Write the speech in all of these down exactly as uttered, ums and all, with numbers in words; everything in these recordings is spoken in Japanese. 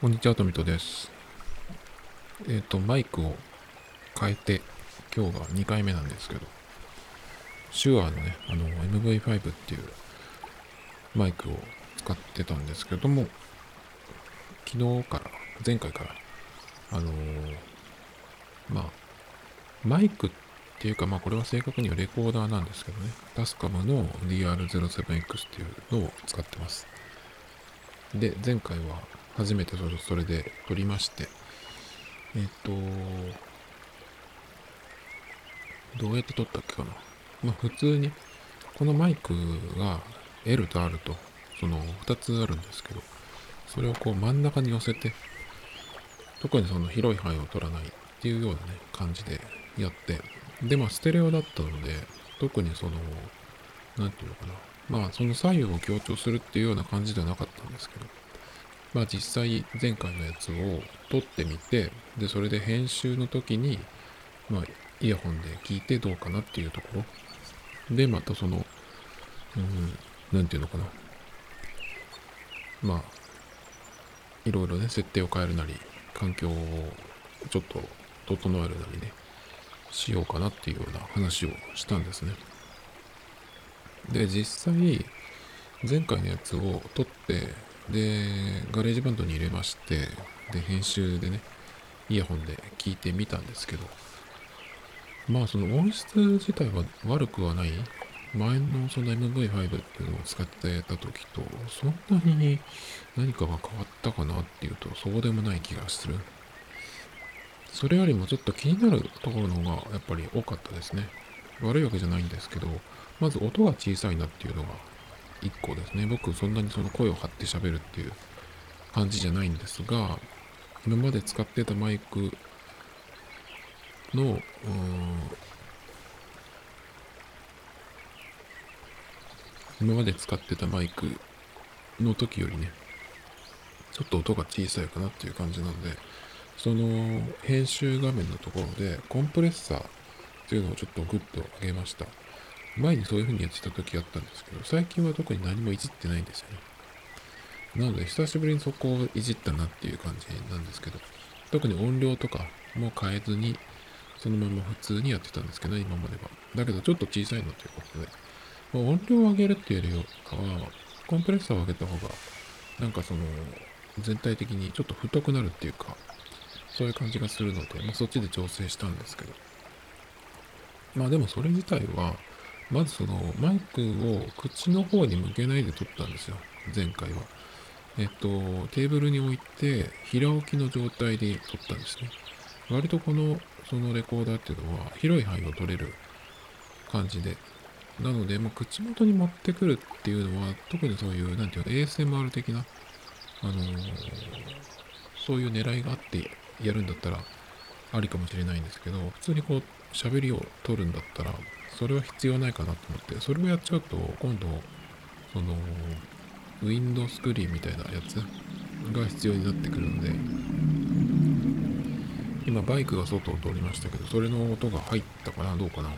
こんにちは、トミトです。えっ、と、マイクを変えて、今日がにかいめなんですけど、シュアーのね、あの、エムブイファイブ っていうマイクを使ってたんですけども、昨日から、前回から、あのーまあ、マイクっていうか、まあ、これは正確にはレコーダーなんですけどね、タスカムの ディーアールゼロセブンエックス っていうのを使ってます。で、前回は初めてそれそれで撮りまして、えっ、と、どうやって撮ったっけかな。まあ、普通に、このマイクが L と R とそのふたつあるんですけど、それをこう真ん中に寄せて、特にその広い範囲を取らないっていうようなね、感じでやって、で、まあステレオだったので、特にその、なんていうのかな、まあその左右を強調するっていうような感じではなかったんですけど、まあ実際前回のやつを撮ってみて、で、それで編集の時に、まあイヤホンで聞いてどうかなっていうところで、またその、うん、なんていうのかな、まあいろいろね、設定を変えるなり、環境をちょっと整えるなりね、しようかなっていうような話をしたんですね。で、実際、前回のやつを撮って、で、ガレージバンドに入れまして、で、編集でね、イヤホンで聞いてみたんですけど、まあ、その音質自体は悪くはない。前のその エムブイファイブ っていうのを使ってた時と、そんなに何かが変わったかなっていうと、そうでもない気がする。それよりもちょっと気になるところの方がやっぱり多かったですね。悪いわけじゃないんですけど、まず音が小さいなっていうのが一個ですね。僕そんなにその声を張って喋るっていう感じじゃないんですが、今まで使ってたマイクの、うーん、今まで使ってたマイクの時よりね、ちょっと音が小さいかなっていう感じなので、その編集画面のところでコンプレッサーっていうのをちょっとグッと上げました。前にそういう風にやってた時あったんですけど、最近は特に何もいじってないんですよね。なので、久しぶりにそこをいじったなっていう感じなんですけど、特に音量とかも変えずに、そのまま普通にやってたんですけど、今までは。だけど、ちょっと小さいのということで、まあ、音量を上げるっていうよりかは、コンプレッサーを上げた方が、なんかその、全体的にちょっと太くなるっていうか、そういう感じがするので、まあ、そっちで調整したんですけど、まあでもそれ自体は、まずそのマイクを口の方に向けないで撮ったんですよ。前回は。えっと、テーブルに置いて平置きの状態で撮ったんですね。割とこの、そのレコーダーっていうのは広い範囲を撮れる感じで。なので、まあ、口元に持ってくるっていうのは、特にそういう、なんていうの、エーエスエムアール 的な、あのーそういう狙いがあってやるんだったら、ありかもしれないんですけど、普通にこう、喋りを取るんだったら、それは必要ないかなと思って、それをやっちゃうと、今度、その、ウィンドウスクリーンみたいなやつが必要になってくるので、今バイクが外を通りましたけど、それの音が入ったかな、どうかな。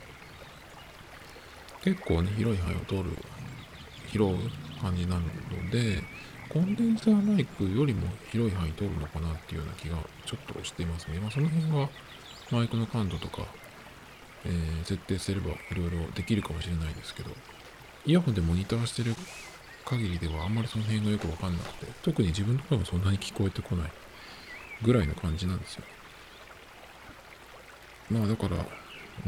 結構ね、広い範囲を通る、拾う感じなので、コンデンサーマイクよりも広い範囲通るのかなっていうような気がちょっとしていますね。まあその辺はマイクの感度とかえー設定すればいろいろできるかもしれないですけど、イヤホンでモニターしてる限りではあんまりその辺がよくわかんなくて、特に自分の声もそんなに聞こえてこないぐらいの感じなんですよ。まあだから、うん、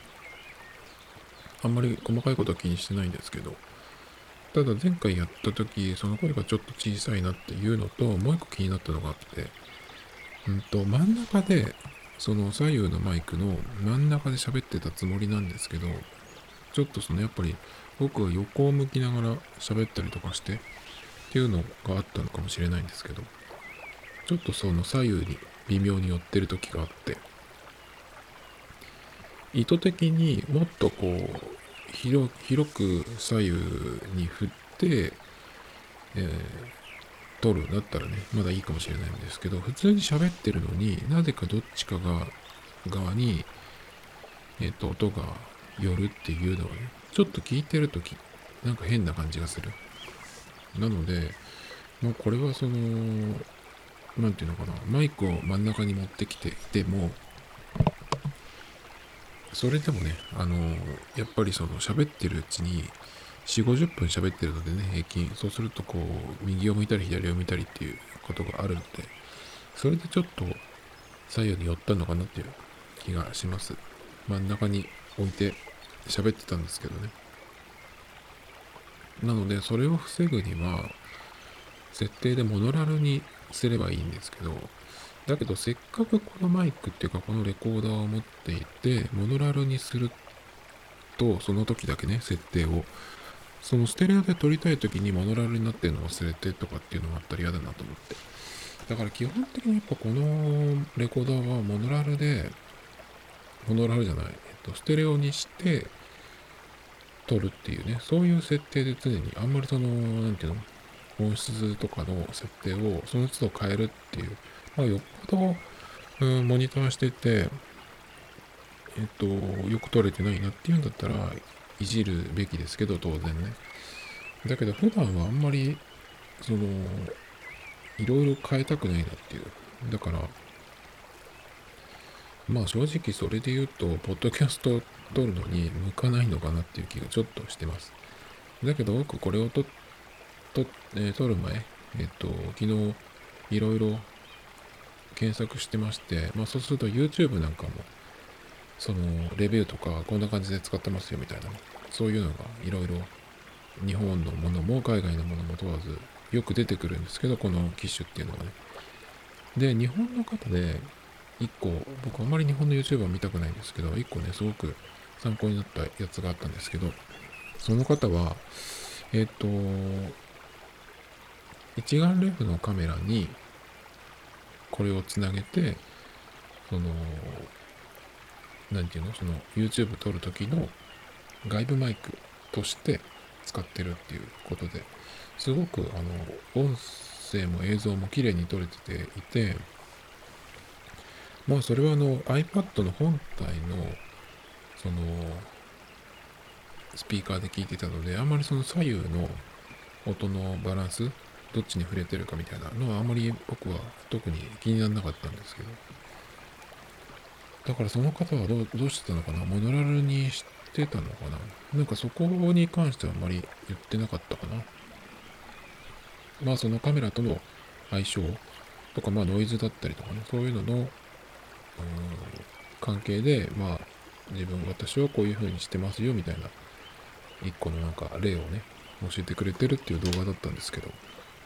あんまり細かいことは気にしてないんですけど、ただ前回やった時、その声がちょっと小さいなっていうのと、もう一個気になったのがあって、うんと、真ん中で、その左右のマイクの真ん中で喋ってたつもりなんですけど、ちょっとそのやっぱり僕は横を向きながら喋ったりとかしてっていうのがあったのかもしれないんですけど、ちょっとその左右に微妙に寄ってる時があって、意図的にもっとこう広広く左右に振って、えー、撮るんだったらね、まだいいかもしれないんですけど、普通に喋ってるのになぜかどっちかが側に、えっ、と音が寄るっていうのはね、ちょっと聞いてる時なんか変な感じがする。なので、まあ、これはその、 なんていうのかな、マイクを真ん中に持ってきていても、それでもね、あのーやっぱりその喋ってるうちに、よん、ごじゅっぷん喋ってるのでね、平均。そうするとこう、右を向いたり左を向いたりっていうことがあるので、それでちょっと左右に寄ったのかなっていう気がします。真ん中に置いて喋ってたんですけどね。なので、それを防ぐには、設定でモノラルにすればいいんですけど、だけどせっかくこのマイクっていうかこのレコーダーを持っていて、モノラルにすると、その時だけね、設定を。そのステレオで撮りたい時にモノラルになってるのを忘れてとかっていうのがあったら嫌だなと思って。だから基本的にやっぱこのレコーダーはモノラルで、モノラルじゃない、えっと、ステレオにして撮るっていうね、そういう設定で常にあんまりその、なんていうの、音質とかの設定をその都度変えるっていう、まあ、よっぽど、うん、モニターしてて、えっと、よく撮れてないなっていうんだったら、いじるべきですけど、当然ね。だけど、普段はあんまり、その、いろいろ変えたくないなっていう。だから、まあ正直それで言うと、ポッドキャストを撮るのに向かないのかなっていう気がちょっとしてます。だけど僕これを撮、撮、えー撮る前、えっと、昨日いろいろ検索してまして、まあそうすると YouTube なんかも、そのレビューとかこんな感じで使ってますよみたいな、そういうのがいろいろ日本のものも海外のものも問わずよく出てくるんですけど、この機種っていうのはね。で、日本の方で一個、僕あんまり日本の YouTuber 見たくないんですけど、一個ね、すごく参考になったやつがあったんですけど、その方は、えっ、と、一眼レフのカメラにこれをつなげて、その、なんていうの、その YouTube 撮る時の外部マイクとして使ってるっていうことで、すごくあの、音声も映像も綺麗に撮れてていて、まあそれはあの iPad の本体のそのスピーカーで聞いてたので、あんまりその左右の音のバランス、どっちに触れてるかみたいなのはあんまり僕は特に気にならなかったんですけど、だからその方はどうどうしてたのかな、モノラルにしてたのかな、なんかそこに関してはあんまり言ってなかったかな。まあそのカメラとの相性とか、まあノイズだったりとかね、そういうのの、うん、関係で、まあ自分、私はこういう風にしてますよみたいな一個のなんか例をね、教えてくれてるっていう動画だったんですけど、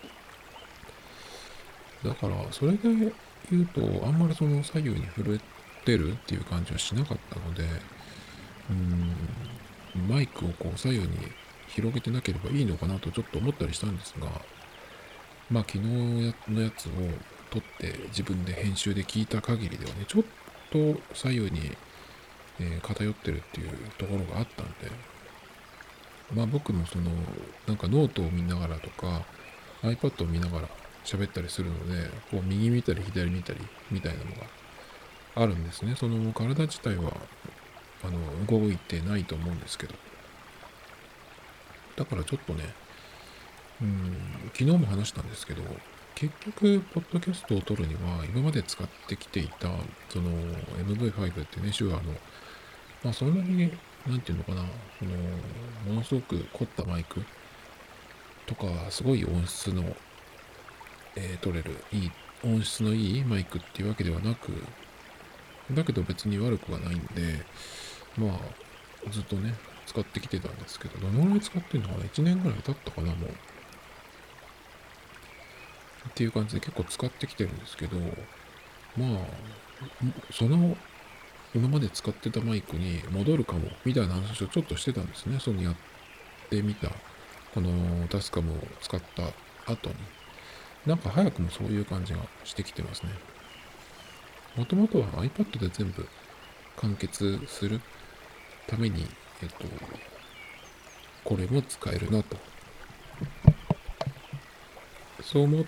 だからそれで言うと、あんまりその左右に震えてるっていう感じはしなかったので、うーん、マイクをこう左右に広げてなければいいのかなとちょっと思ったりしたんですが、まあ昨日のやつを撮って自分で編集で聞いた限りではね、ちょっと左右に、えー偏ってるっていうところがあったんで、まあ僕もその、なんかノートを見ながらとか、iPad を見ながら喋ったりするので、こう右見たり左見たりみたいなのがあるんですね。その体自体は、あの、動いてないと思うんですけど。だからちょっとね、うん、昨日も話したんですけど、結局、ポッドキャストを撮るには、今まで使ってきていた、その エムブイファイブ ってね、手話の、まあそんなに、なんていうのかな、その、ものすごく凝ったマイクとか、すごい音質の、えー、取れる、いい、音質のいいマイクっていうわけではなく、だけど別に悪くはないんで、まあ、ずっとね、使ってきてたんですけど、どのぐらい使ってんのかな？ いち 年ぐらい経ったかな、もう。っていう感じで結構使ってきてるんですけど、まあ、その、今まで使ってたマイクに戻るかも、みたいな話をちょっとしてたんですね。そのやってみた、このタスカムを使った後に。なんか早くもそういう感じがしてきてますね。もともとは iPad で全部完結するために、えっと、これも使えるなと。そう思って、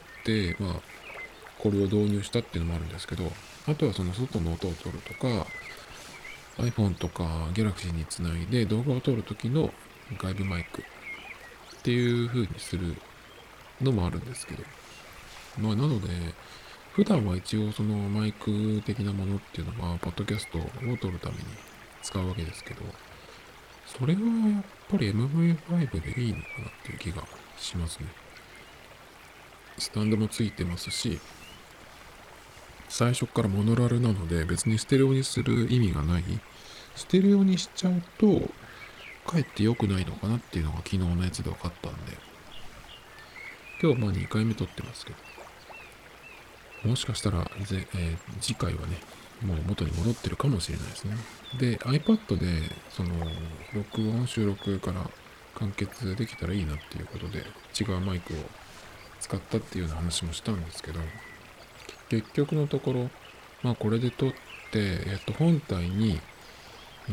まあ、これを導入したっていうのもあるんですけど、あとはその外の音を取るとか、iPhone とか Galaxy につないで動画を撮るときの外部マイクっていう風にするのもあるんですけど、まあなので、 普段は一応そのマイク的なものっていうのは、ポッドキャストを撮るために使うわけですけど、それはやっぱり エムブイファイブ でいいのかなっていう気がしますね。スタンドもついてますし、最初からモノラルなので別にステレオにする意味がない。ステレオにしちゃうと、かえって良くないのかなっていうのが昨日のやつで分かったんで、今日まあにかいめ撮ってますけど、もしかしたら、ぜえー次回はね、もう元に戻ってるかもしれないですね。で、iPad で、その、録音、収録から完結できたらいいなっていうことで、違うマイクを使ったっていうような話もしたんですけど、結局のところ、まあこれで撮って、えっと、本体に、え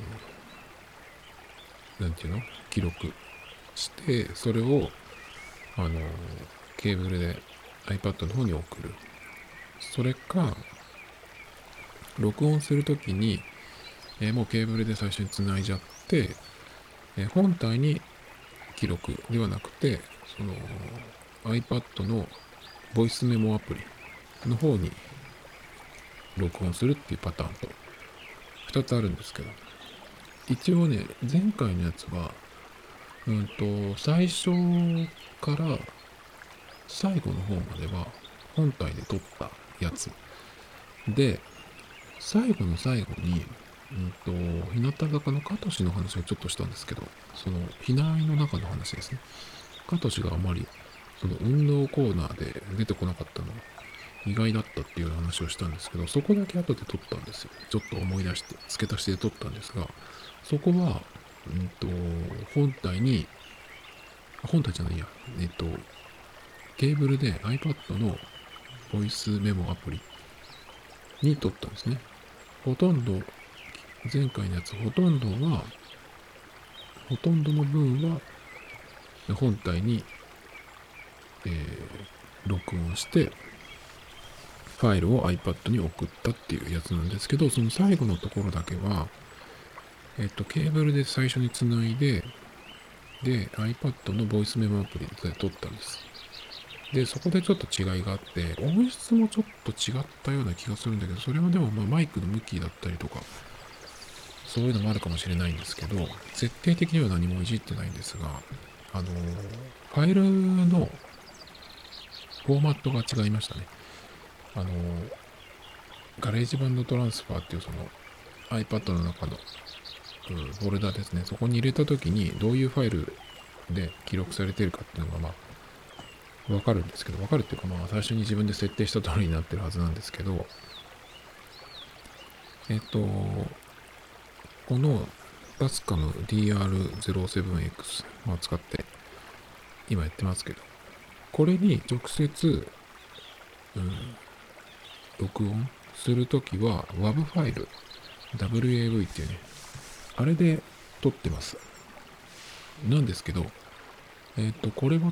ー、なんていうの記録して、それを、あの、ケーブルで iPad の方に送る。それか、録音するときに、えーもうケーブルで最初につないじゃって、えー本体に記録ではなくて、その iPad のボイスメモアプリの方に録音するっていうパターンとふたつあるんですけど、一応ね、前回のやつは、うんと、最初から最後の方までは本体で撮ったやつで、最後の最後に、うんと、日向坂のカトシの話をちょっとしたんですけど、その、避難の中の話ですね。カトシがあまり、その運動コーナーで出てこなかったのは意外だったっていう話をしたんですけど、そこだけ後で撮ったんですよ。ちょっと思い出して、付け足しで撮ったんですが、そこは、うんと、本体に、本体じゃないや、えっと、ケーブルで iPad のボイスメモアプリに撮ったんですね。ほとんど、前回のやつほとんどは、ほとんどの分は本体に、えー録音して、ファイルを iPad に送ったっていうやつなんですけど、その最後のところだけは、えっと、ケーブルで最初につないで、で、iPad のボイスメモアプリで撮ったんです。で、そこでちょっと違いがあって、音質もちょっと違ったような気がするんだけど、それはでもまあマイクの向きだったりとか、そういうのもあるかもしれないんですけど、設定的には何もいじってないんですが、あの、ファイルのフォーマットが違いましたね。あの、ガレージバンドトランスファーっていうその iPad の中の、うん、フォルダですね。そこに入れたときにどういうファイルで記録されているかっていうのがまあわかるんですけど、わかるっていうかまあ最初に自分で設定した通りになってるはずなんですけど、えっと、このバスカム ディーアールゼロセブンエックス を使って今やってますけど、これに直接、うん、録音するときは ダブ ファイル、ダブリューエーブイ っていうね、あれで撮ってます。なんですけど、えっと、これを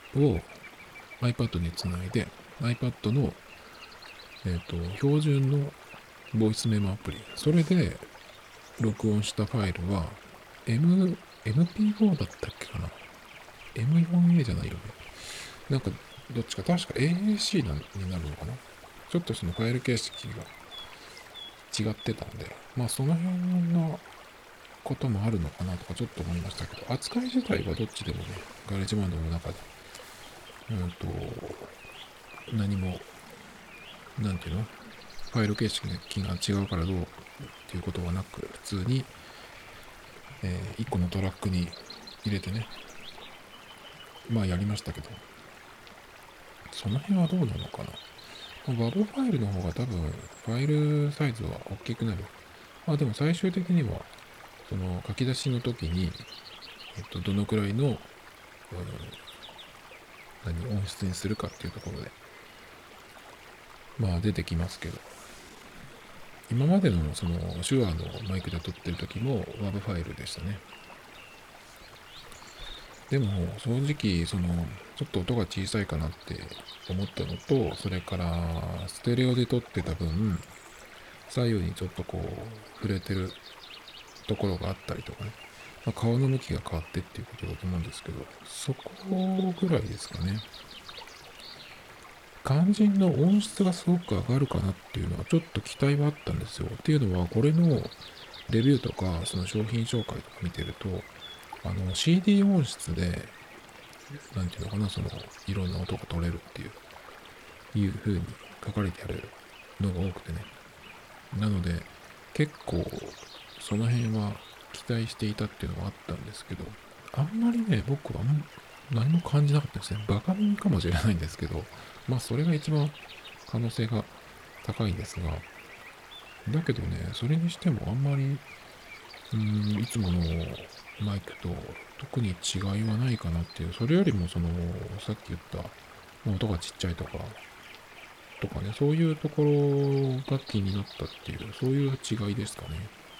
iPad につないで、iPad の、えっと、標準のボイスメモアプリ、それで録音したファイルは、M、エムピーフォー だったっけかな エムフォーエー じゃないよね。なんか、どっちか、確か エーエーシー なになるのかな。ちょっとそのファイル形式が違ってたんで、まあその辺のこともあるのかなとかちょっと思いましたけど、扱い自体はどっちでもね、ガレージバンドの中で、うんと、何も、なんていうのファイル形式が違うからどうっていうことはなく、普通に、えー、いっこのトラックに入れてね、まあやりましたけど、その辺はどうなのかな。ワブファイルの方が多分、ファイルサイズは大きくなる。まあでも最終的には、その書き出しの時に、えっと、どのくらいの、うん、何、音質にするかっていうところで、まあ出てきますけど、今までのその手話のマイクで撮ってる時も ダブ ファイルでしたね。でも正直そのちょっと音が小さいかなって思ったのと、それからステレオで撮ってた分、左右にちょっとこう触れてるところがあったりとかね、まあ、顔の向きが変わってっていうことだと思うんですけど、そこぐらいですかね。 肝心の音質がすごく上がるかなっていうのはちょっと期待はあったんですよ。っていうのは、これのレビューとか、その商品紹介とか見てると、あの シーディー 音質で、なんていうのかな、そのいろんな音が取れるっていう、いう風に書かれてあるのが多くてね。なので、結構その辺は期待していたっていうのはあったんですけど、あんまりね、僕は何も感じなかったですね。バカ耳かもしれないんですけど、まあそれが一番可能性が高いんですが、だけどね、それにしてもあんまり、うーん、いつものマイクと特に違いはないかなっていう、それよりもその、さっき言った、音がちっちゃいとか、とかね、そういうところが気になったっていう、そういう違いですかね。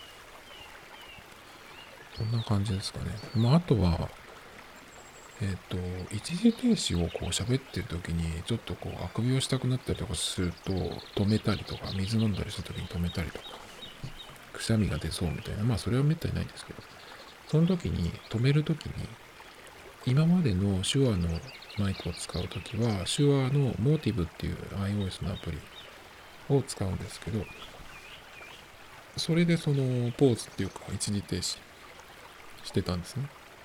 そんな感じですかね。まあ、あとは、えっ、と、一時停止をこう喋ってる時に、ちょっとこう、あくびをしたくなったりとかすると、止めたりとか、水飲んだりした時に止めたりとか、くしゃみが出そうみたいな、まあ、それはめったにないんですけど、その時に、止める時に、今までの手話のマイクを使う時は、手話のモーティブっていう iOS のアプリを使うんですけど、それでそのポーズっていうか一時停止してたんですね。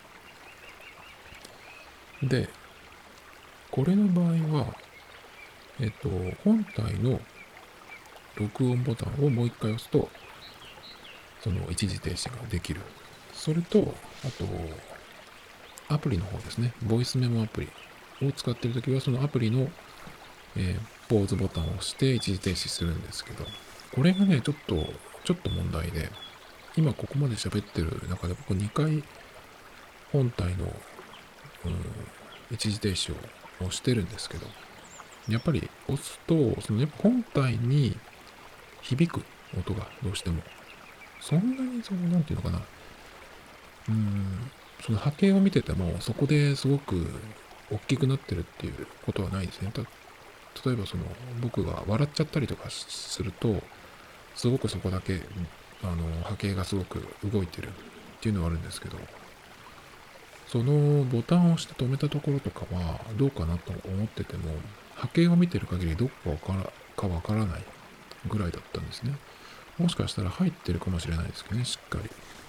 で、これの場合は、えっと、本体の録音ボタンをもう一回押すと、その一時停止ができる。それと、あと、アプリの方ですね。ボイスメモアプリを使っているときは、そのアプリの、えーポーズボタンを押して一時停止するんですけど、これがね、ちょっと、ちょっと問題で、今ここまで喋ってる中で僕にかい本体の、うん、一時停止を押してるんですけど、やっぱり押すと、そのやっぱ本体に響く音がどうしても、そんなにその、なんていうのかな、うーん、その波形を見てても、そこですごく大きくなってるっていうことはないですね。た例えばその、僕が笑っちゃったりとかすると、すごくそこだけ、あの、波形がすごく動いてるっていうのはあるんですけど、そのボタンを押して止めたところとかはどうかなと思ってても、波形を見てる限りどこかわからかわからないぐらいだったんですね。もしかしたら入ってるかもしれないですけどね、しっかり。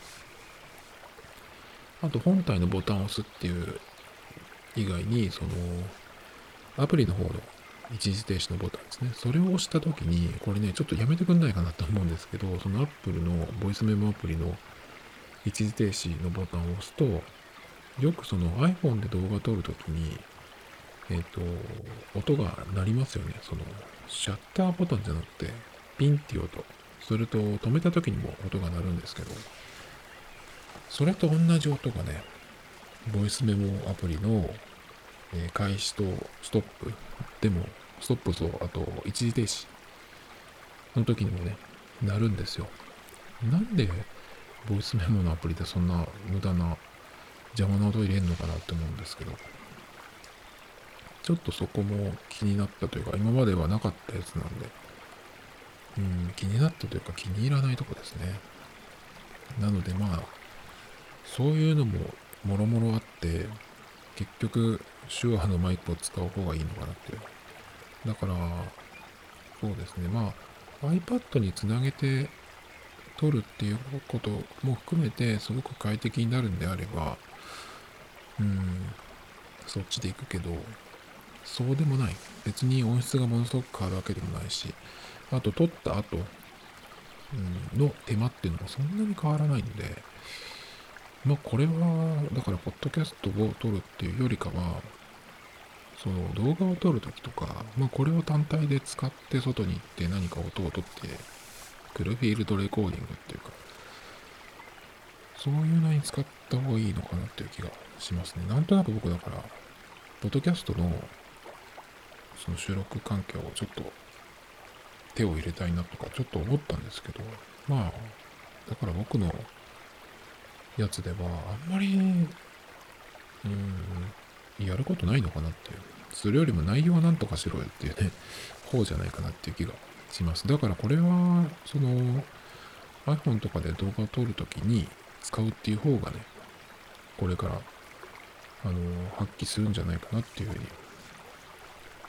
あと本体のボタンを押すっていう以外に、そのアプリの方の一時停止のボタンですね。それを押した時に、これね、ちょっとやめてくんないかなと思うんですけど、その Apple のボイスメモアプリの一時停止のボタンを押すと、よくその iPhone で動画を撮るときに、えっ、と、音が鳴りますよね。その、シャッターボタンじゃなくて、ピンっていう音。それと、止めた時にも音が鳴るんですけど、それと同じ音がね、ボイスメモアプリの、えー開始とストップでも、ストップと、あと、一時停止の時にもね、鳴るんですよ。なんで、ボイスメモのアプリでそんな無駄な邪魔な音入れんのかなって思うんですけど、ちょっとそこも気になったというか、今まではなかったやつなんで、うん、気になったというか気に入らないとこですね。なのでまあ、そういうのももろもろあって、結局、手話のマイクを使う方がいいのかなっていう。だから、そうですね。まあ、iPad につなげて撮るっていうことも含めて、すごく快適になるんであれば、うん、そっちで行くけど、そうでもない。別に音質がものすごく変わるわけでもないし、あと撮った後、うん、の手間っていうのもそんなに変わらないんで、まあこれは、だからポッドキャストを撮るっていうよりかは、その動画を撮るときとか、まあこれを単体で使って外に行って何か音を撮ってくるフィールドレコーディングっていうか、そういうのに使った方がいいのかなっていう気がしますね。なんとなく僕だから、ポッドキャストのその収録環境をちょっと手を入れたいなとかちょっと思ったんですけど、まあ、だから僕のやつではあんまり、うーん、やることないのかなっていう。それよりも内容はなんとかしろよっていうね、方じゃないかなっていう気がします。だからこれは、その iPhone とかで動画を撮るときに使うっていう方がね、これから、あの、発揮するんじゃないかなっていうふうに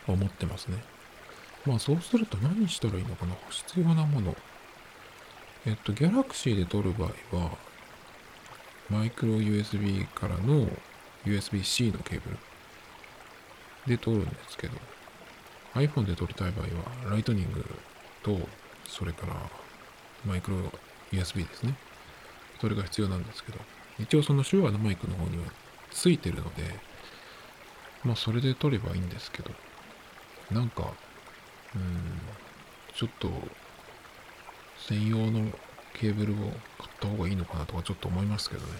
思ってますね。まあそうすると何したらいいのかな、必要なもの。えっと、ギャラクシーで撮る場合は、マイクロ ユーエスビー からの ユーエスビー-C のケーブルで撮るんですけど、iPhone で撮りたい場合は、ライトニングと、それからマイクロ ユーエスビー ですね。それが必要なんですけど、一応その手話のマイクの方にはついてるので、まあそれで撮ればいいんですけど、なんか、うーん、ちょっと専用のケーブルを買った方がいいのかなとかちょっと思いますけどね。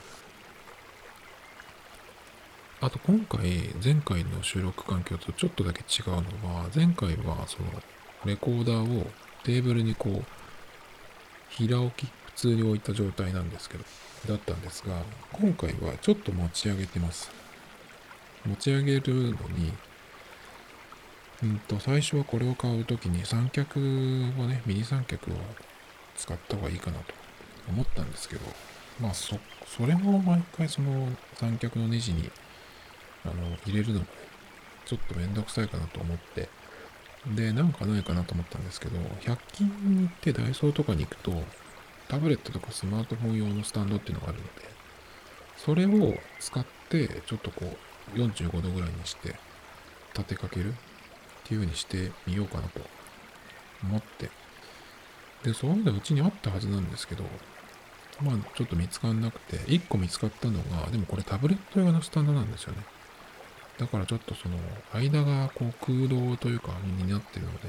あと今回、前回の収録環境とちょっとだけ違うのは、前回はそのレコーダーをテーブルにこう、平置き、普通に置いた状態なんですけど、だったんですが、今回はちょっと持ち上げてます。持ち上げるのに、うんと、最初はこれを買うときに三脚をね、ミニ三脚を使った方がいいかなと思ったんですけど、まあそ、それも毎回その三脚のネジにあの入れるのもちょっとめんどくさいかなと思って、で、なんかないかなと思ったんですけど、ひゃく均に行ってダイソーとかに行くと、タブレットとかスマートフォン用のスタンドっていうのがあるので、それを使って、ちょっとこう、よんじゅうごどぐらいにして立てかけるっていう風にしてみようかなと思って、で、そういうのうちにあったはずなんですけど、まあちょっと見つかんなくて、いっこ見つかったのが、でもこれタブレット用のスタンドなんですよね。だからちょっとその間がこう空洞というかになってるので、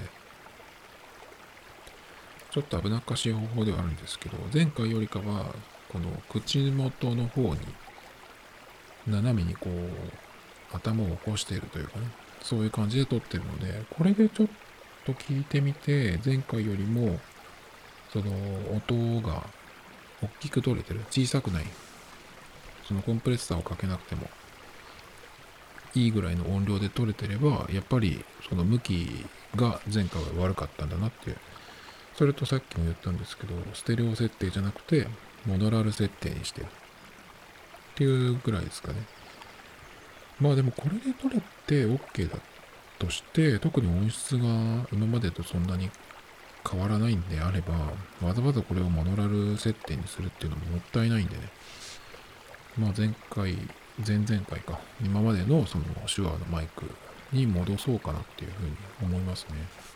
ちょっと危なっかしい方法ではあるんですけど、前回よりかはこの口元の方に斜めにこう頭を起こしているというかね、そういう感じで撮ってるので、これでちょっと聞いてみて、前回よりもその音が大きく取れてる、小さくない、そのコンプレッサーをかけなくてもいいぐらいの音量で撮れてれば、やっぱりその向きが前回は悪かったんだなっていう。それとさっきも言ったんですけど、ステレオ設定じゃなくて、モノラル設定にしてるっていうぐらいですかね。まあでもこれで撮れて OK だとして、特に音質が今までとそんなに変わらないんであれば、わざわざこれをモノラル設定にするっていうのももったいないんでね。まあ前回、前々回か、今までのその手話のマイクに戻そうかなっていうふうに思いますね。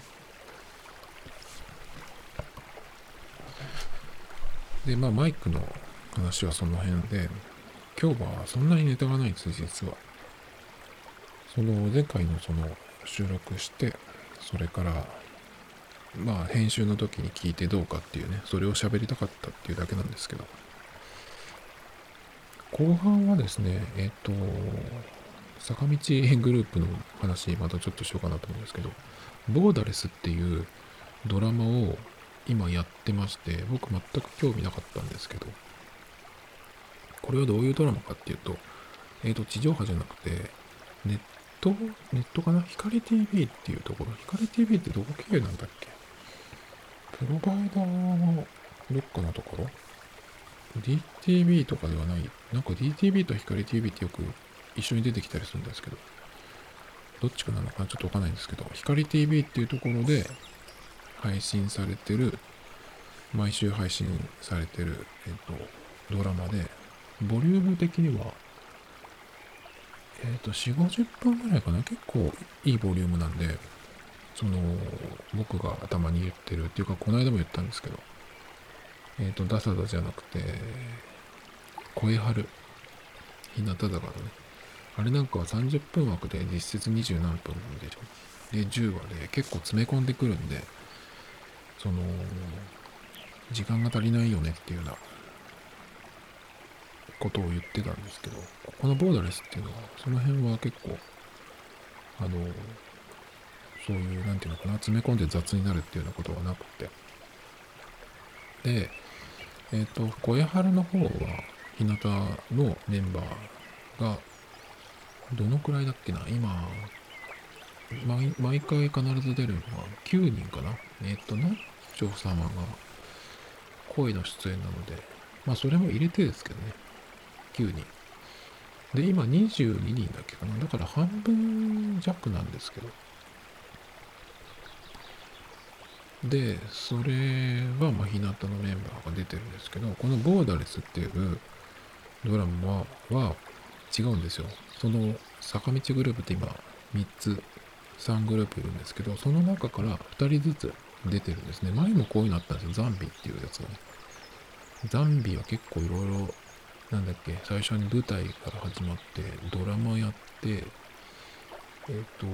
で、まあマイクの話はその辺で、今日はそんなにネタがないんです、実は。その前回のその収録して、それからまあ編集の時に聞いてどうかっていうね、それを喋りたかったっていうだけなんですけど、後半はですね、えっと、坂道グループの話、またちょっとしようかなと思うんですけど、ボーダレスっていうドラマを今やってまして、僕全く興味なかったんですけど、これはどういうドラマかっていうと、えっと、地上波じゃなくて、ネット、ネットかな、光 ティーブイ っていうところ、光 ティーブイ ってどこ経由なんだっけ、プロバイダーのどっかのところ ディーティービー とかではない。なんか ディーティービー と光 ティーブイ ってよく一緒に出てきたりするんですけど、どっちかなのかなちょっとわかんないんですけど、光 ティーブイ っていうところで配信されてる、毎週配信されてる、えっと、ドラマで、ボリューム的には、えっと、よんじゅう、ごじゅっぷんぐらいかな。結構いいボリュームなんで、その、僕が頭に言ってるっていうか、この間も言ったんですけど、えっと、ダサダじゃなくて、声張る、日向坂のね、あれなんかはさんじゅっぷん枠で実質にじゅう何分でしょ。で、じゅうわで結構詰め込んでくるんで、その、時間が足りないよねっていうようなことを言ってたんですけど、ここのボーダレスっていうのは、その辺は結構、あの、そういう、なんていうのかな、詰め込んで雑になるっていうようなことはなくて。で、えっ、と、小江原の方は、日向のメンバーが、どのくらいだっけな、今、毎毎回必ず出るのはきゅうにんかな。えっ、と、ナッチョ様が声の出演なので、まあそれも入れてですけどね、きゅうにん。で、今にじゅうににんだっけかな。だから半分弱なんですけど、 で、それは、まあ、日向のメンバーが出てるんですけど、このボーダレスっていうドラマは違うんですよ。その坂道グループって今みっつ、さんグループいるんですけど、その中からふたりずつ出てるんですね。前もこういうのあったんですよ。ザンビっていうやつがね。ザンビは結構いろいろ、なんだっけ、最初に舞台から始まって、ドラマやって、えっ、と、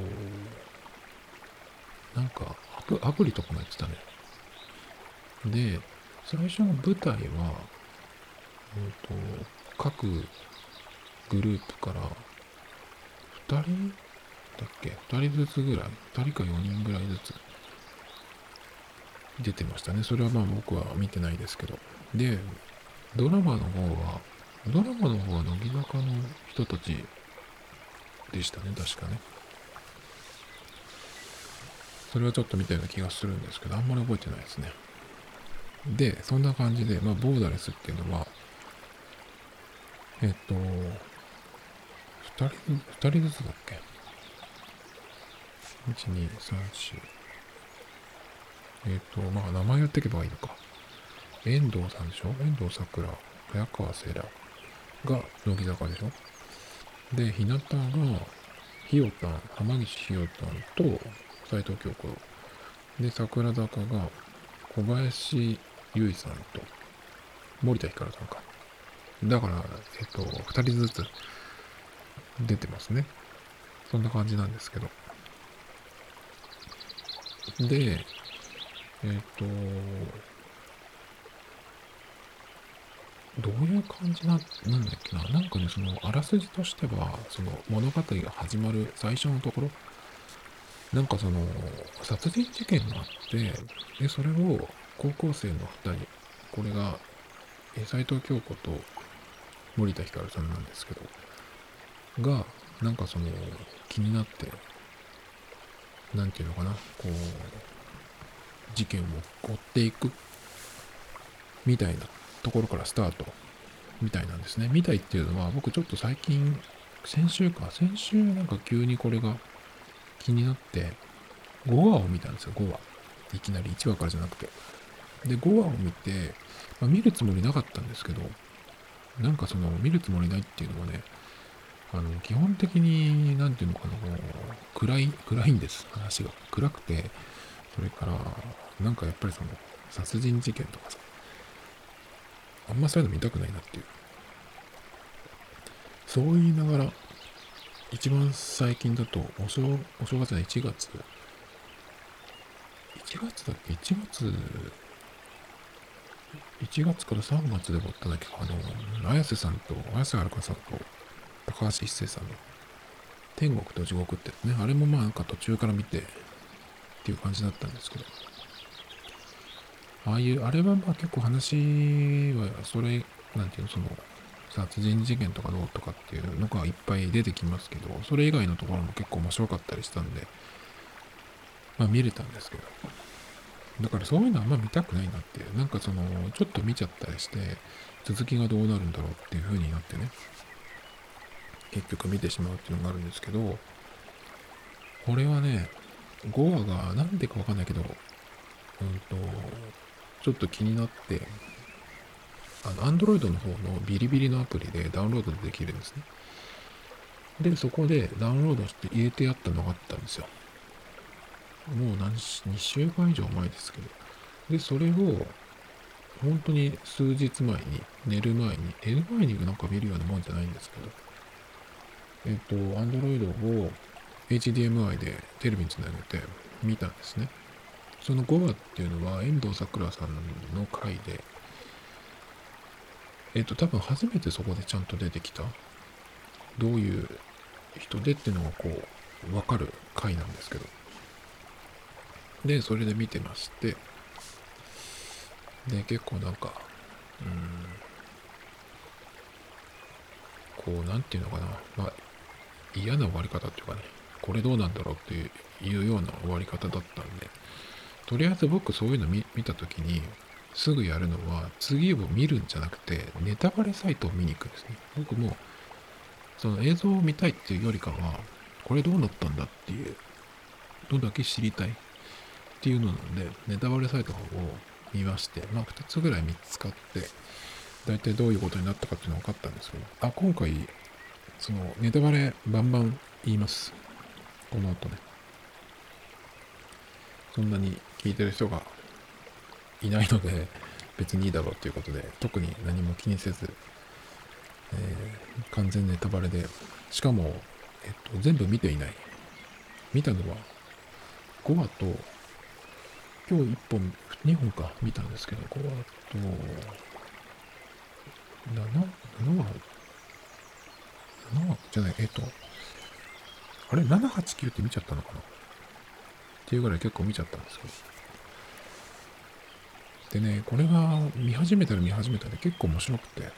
なんかアプ、アプリとかもやってたね。で、最初の舞台は、えっ、と、各グループからふたりだっけ ?ふたり ずつぐらい ?ふたり かよにんぐらいずつ出てましたね。それはまあ僕は見てないですけど。で、ドラマの方は、ドラマの方は乃木坂の人たちでしたね、確かね。それはちょっと見たような気がするんですけど、あんまり覚えてないですね。で、そんな感じで、まあ、ボーダレスっていうのは、えっと、ふたり、ふたりずつだっけ ?いち、に、さん、よん。えっと、まあ、名前言っていけばいいのか。遠藤さんでしょ遠藤さくら、早川せいらが乃木坂でしょで、日向が、ひよたん、浜岸ひよたんと斎藤京子。で、桜坂が小林優衣さんと森田ひかるさんか。だから、えっと、ふたりずつ出てますね。そんな感じなんですけど。で、えっと、どういう感じな、なんだっけな。なんかね、その、あらすじとしては、その、物語が始まる最初のところ、なんかその、殺人事件があって、で、それを高校生のふたり、これが、え斎藤京子と森田ひかるさんなんですけど、が、なんかその、気になって、なんていうのかな、こう、事件を追っていく、みたいなところからスタート、みたいなんですね。みたいっていうのは、僕ちょっと最近、先週か、先週なんか急にこれが気になって、ごわを見たんですよ、ごわ。いきなりいちわからじゃなくて。で、ごわを見て、まあ、見るつもりなかったんですけど、なんかその、見るつもりないっていうのはね、あの、基本的に、なんていうのかな、もう、暗い、暗いんです、話が。暗くて、それから、なんかやっぱりその、殺人事件とかさ、あんまそういうの見たくないなっていう。そう言いながら、一番最近だと、お正、お正月のいちがつ、いちがつだっけ ?いち 月、いちがつからさんがつでもったんだっけあの、綾瀬さんと、綾瀬はるかさんと、高橋一生さんの、天国と地獄ってやつね、あれもまあなんか途中から見て、っていう感じだったんですけど、ああいう、あれはまあ結構話は、それ、なんていうの、その、殺人事件とかどうとかっていうのがいっぱい出てきますけど、それ以外のところも結構面白かったりしたんで、まあ見れたんですけど、だからそういうのあんま見たくないなっていう、なんかその、ちょっと見ちゃったりして、続きがどうなるんだろうっていう風になってね、結局見てしまうっていうのがあるんですけど、これはね、ごわがなんでかわかんないけど、うんと、ちょっと気になって、あの、Android の方のビリビリのアプリでダウンロードできるんですね。で、そこでダウンロードして入れてあったのがあったんですよ。もう何し、にしゅうかん以上前ですけど。で、それを、本当に数日前に、寝る前に、寝る前になんか見るようなもんじゃないんですけど、えっと、Android を エイチディーエムアイ でテレビにつなげて見たんですね。そのごわっていうのは遠藤さくらさんの回で、えっと、多分初めてそこでちゃんと出てきた、どういう人でっていうのがこう、わかる回なんですけど。で、それで見てまして、で、結構なんか、うーん、こう、なんていうのかな、まあ、嫌な終わり方っていうかね、これどうなんだろうっていうような終わり方だったんで、とりあえず僕そういうの 見, 見たときに、すぐやるのは、次を見るんじゃなくて、ネタバレサイトを見に行くんですね。僕も、その映像を見たいっていうよりかは、これどうなったんだっていうのだけ知りたい。 っていうのなんで、ネタバレサイトを見まして、まあふたつぐらい見つかって、大体どういうことになったかっていうのが分かったんですけど、あ、今回、そのネタバレバンバン言います。この後ね。そんなに聞いてる人がいないので、別にいいだろうということで、特に何も気にせず、えー完全ネタバレで、しかも、えっと、全部見ていない。見たのはごわと、今日いっぽん、にほんか見たんですけど、ごわと、なな、ななわ、ななわじゃない、えっと、あれ ?ななはちきゅう って見ちゃったのかなっていうぐらい結構見ちゃったんですけど。でね、これが見始めたら見始めたら結構面白くて、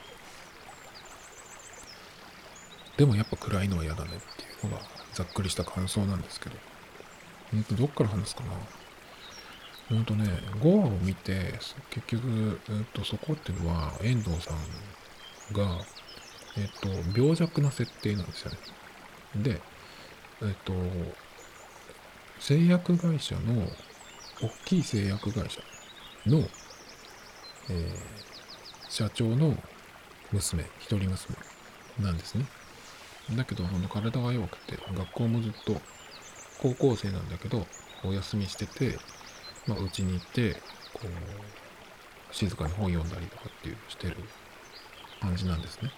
でもやっぱ暗いのは嫌だねっていうのがざっくりした感想なんですけど、えっと、どっから話すかな。うんとね、ごわを見て、結局、うんと、そこっていうのは、遠藤さんが、えっと、病弱な設定なんですよね。で、えっと、製薬会社の、大きい製薬会社の、えー社長の娘、一人娘なんですね。だけど、その体が弱くて、学校もずっと高校生なんだけど、お休みしてて、まあ、うちに行って、こう、静かに本読んだりとかっていうしてる感じなんですね。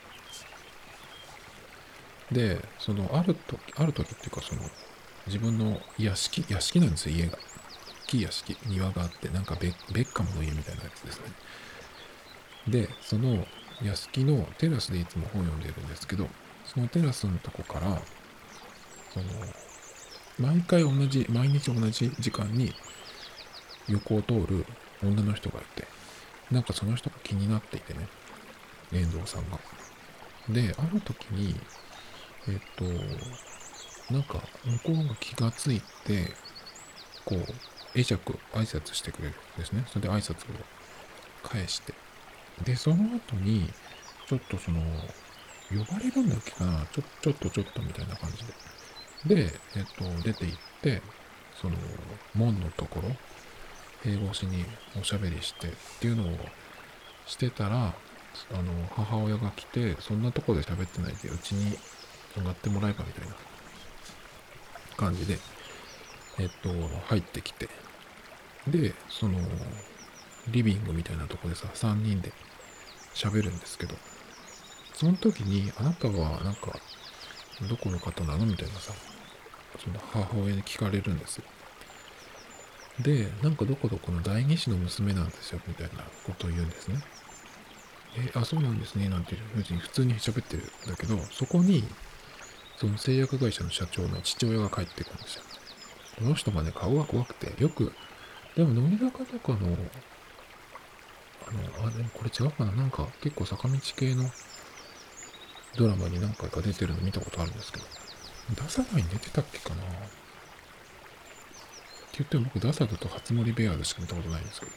で、その、ある時、ある時っていうか、その、自分の屋敷、屋敷なんですよ、家が。大きい屋敷、庭があって、なんかベベッカムの家みたいなやつですね。で、その屋敷のテラスでいつも本読んでるんですけど、そのテラスのとこから、その、毎回同じ、毎日同じ時間に横を通る女の人がいて、なんかその人が気になっていてね、遠藤さんが。で、ある時に、えっと、なんか向こうが気がついて、こう、会釈、挨拶してくれるんですね。それで挨拶を返して。で、その後に、ちょっとその、呼ばれるんだっけかな、ちょ、ちょっとちょっとみたいな感じで。で、えっと、出て行って、その、門のところ、塀越しにおしゃべりしてっていうのをしてたら、あの、母親が来て、そんなとこで喋ってないで、うちに上がってもらえばみたいな感じで、えっと、入ってきて、で、その、リビングみたいなとこでさ、さんにんで喋るんですけど、その時に、あなたは、なんか、どこの方なのみたいなさ、その母親に聞かれるんですよ。で、なんかどこどこの代議士の娘なんですよ、みたいなことを言うんですね。え、あ、そうなんですね、なんていうふうに普通に喋ってるんだけど、そこに、その製薬会社の社長の父親が帰ってくるんですよ。この人がね、顔が怖くて、よく、でも、乃木坂とかの、あの、あ、でもこれ違うかな、なんか結構坂道系のドラマに何回か出てるの見たことあるんですけど、ダサダに出てたっけかなって言っても僕、ダサダと初森ベアーズしか見たことないんですけど、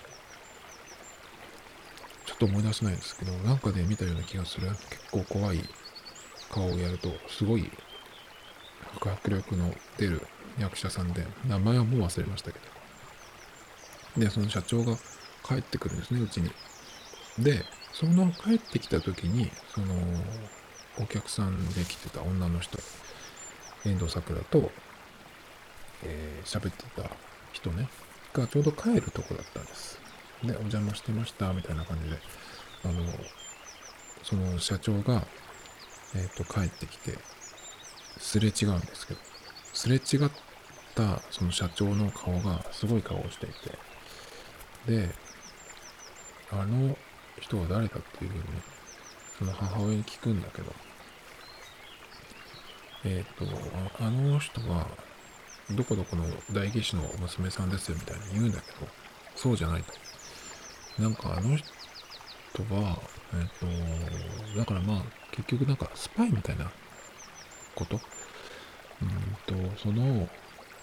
ちょっと思い出せないんですけど、なんかで見たような気がする。結構怖い顔をやると、すごい迫力の出る役者さんで、名前はもう忘れましたけど。で、その社長が帰ってくるんですね、うちに。で、その帰ってきた時に、その、お客さんで来てた女の人、遠藤さくらと、えー、喋ってた人ね、がちょうど帰るとこだったんです。で、お邪魔してました、みたいな感じで、あの、その社長が、えっと、帰ってきて、すれ違うんですけど、すれ違ったその社長の顔がすごい顔をしていて、で、あの人は誰だっていうふうに、その母親に聞くんだけど、えっと、ああの人は、どこどこの代議士の娘さんですよみたいに言うんだけど、そうじゃないと。なんかあの人は、えっと、だからまあ、結局なんかスパイみたいなことうんと、その、うん、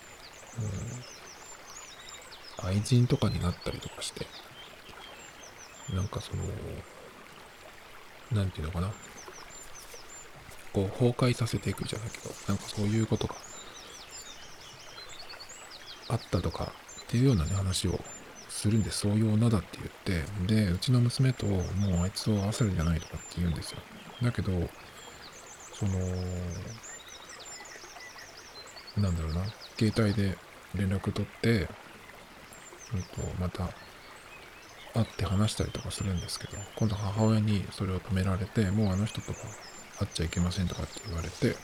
愛人とかになったりとかして、なんかその、なんていうのかな、こう崩壊させていくじゃないけど、なんかそういうことがあったとかていうようなね、話をするんです。そういう女だって言って、で、うちの娘ともうあいつを合わせるんじゃないとかって言うんですよ。だけど、その、なんだろうな、携帯で連絡取って、うんと、また会って話したりとかするんですけど、今度母親にそれを止められて、もうあの人とは会っちゃいけませんとかって言われて、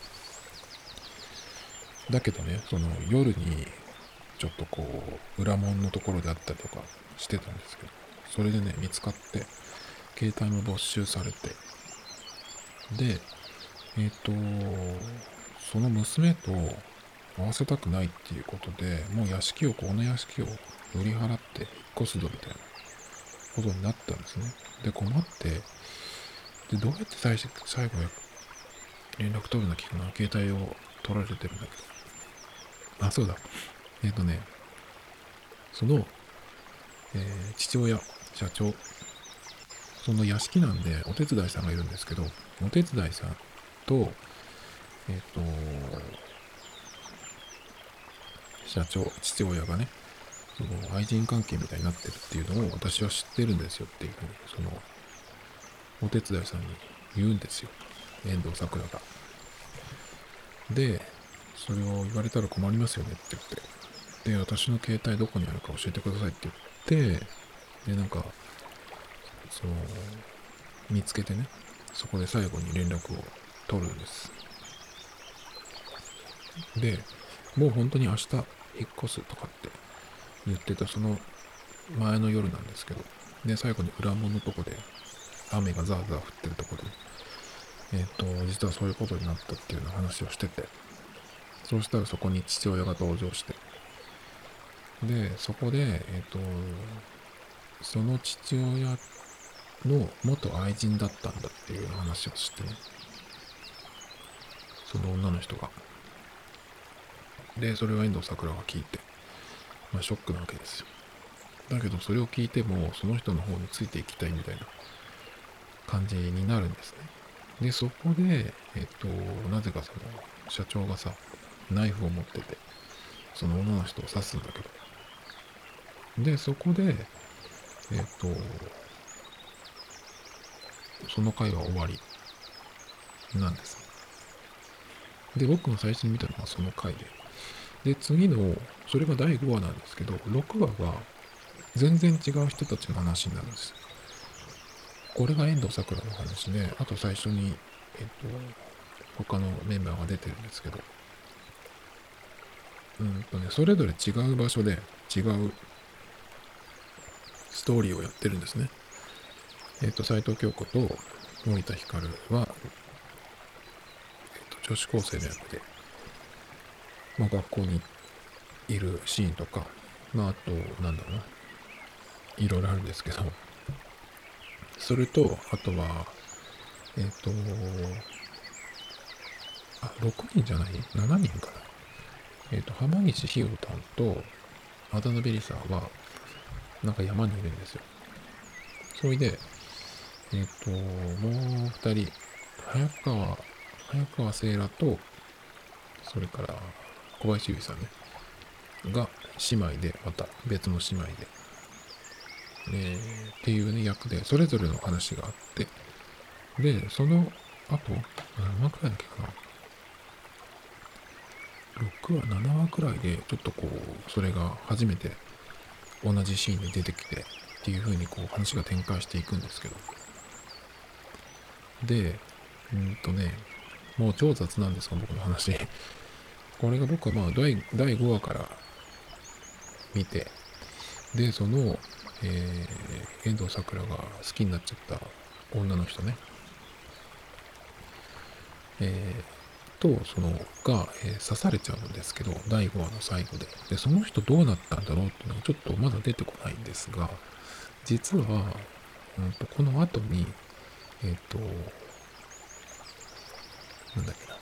だけどね、その夜にちょっとこう、裏門のところであったりとかしてたんですけど、それでね、見つかって、携帯も没収されて、で、えっ、と、その娘と会わせたくないっていうことで、もう屋敷を、この屋敷を売り払って引っ越すぞみたいなことになったんですね。で、困って、で、どうやって最初最後連絡取るんだっけかな、携帯を取られてるんだけど。あ、そうだ。えっ、とね、その、えー父親、社長、その屋敷なんでお手伝いさんがいるんですけど、お手伝いさんと、えっ、と、社長、父親がね、その愛人関係みたいになってるっていうのを私は知ってるんですよっていうふうに、その、お手伝いさんに言うんですよ。遠藤さくらが。で、それを言われたら困りますよねって言って。で、私の携帯どこにあるか教えてくださいって言って、で、なんか、その、見つけてね、そこで最後に連絡を取るんです。で、もう本当に明日引っ越すとかって言ってたその前の夜なんですけど、で、最後に裏門のとこで、雨がザーザー降ってるとこで、えっ、と、実はそういうことになったっていうような話をしてて、そうしたらそこに父親が登場して、で、そこで、えっ、と、その父親の元愛人だったんだっていうような話をしてね、その女の人が。で、それを遠藤桜が聞いて、まあショックなわけですよ。だけどそれを聞いても、その人の方についていきたいみたいな感じになるんですね。で、そこで、えっと、なぜかその、社長がさ、ナイフを持ってて、その女の人を刺すんだけど。で、そこで、えっと、その回は終わりなんですね。で、僕が最初に見たのはその回で。で、次の、それがだいごわなんですけど、ろくわは全然違う人たちの話になるんです。これが遠藤さくらの話で、あと最初に、えっと、他のメンバーが出てるんですけど、うんとね、それぞれ違う場所で違うストーリーをやってるんですね。えっと、斎藤京子と森田ひかるは、えっと、女子高生の役で、まあ、学校にいるシーンとか、まあ、あと、なんだろうな、いろいろあるんですけど、それと、あとは、えっと、あ、ろくにんじゃない ?なな 人かな。えっと、浜岸ひよたんと渡辺梨沙は、なんか山にいるんですよ。それで、えっと、もう二人、早川、早川聖羅と、それから小林由依さんね、が姉妹で、また別の姉妹で、えーっていうね、役で、それぞれの話があって、で、その後、何話くらいだっけかな。ろくわ、ななわくらいで、ちょっとこう、それが初めて同じシーンで出てきて、っていう風にこう話が展開していくんですけど。で、うんとね、もう超雑なんですが、僕の話。これが僕はまあ第、だいごわから見て、で、その、えー、遠藤さくらが好きになっちゃった女の人ね、えー、と、その、が、えー刺されちゃうんですけど、だいごわの最後で。で、その人どうなったんだろうっていうのがちょっとまだ出てこないんですが、実は、うんと、この後に、えっ、と、なんだっけな、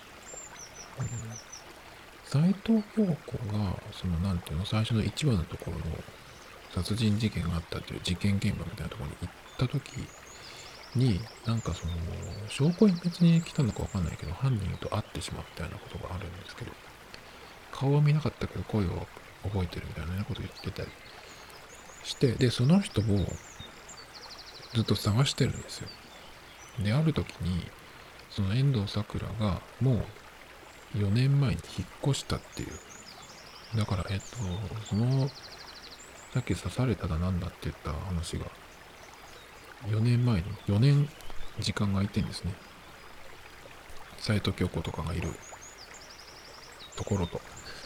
斎藤京子が、その、なんていうの、最初のいちわのところの殺人事件があったっていう事件現場みたいなところに行った時に、なんかその、証拠隠滅に来たのかわかんないけど、犯人と会ってしまったようなことがあるんですけど、顔は見なかったけど声を覚えてるみたいなこと言ってたりして、で、その人もずっと探してるんですよ。で、ある時に、その遠藤さくらがもうよねんまえに引っ越したっていう。だから、えっと、その、さっき刺されただなんだって言った話が、よねんまえに、よねん時間が空いてんですね。斉藤京子とかがいるところと。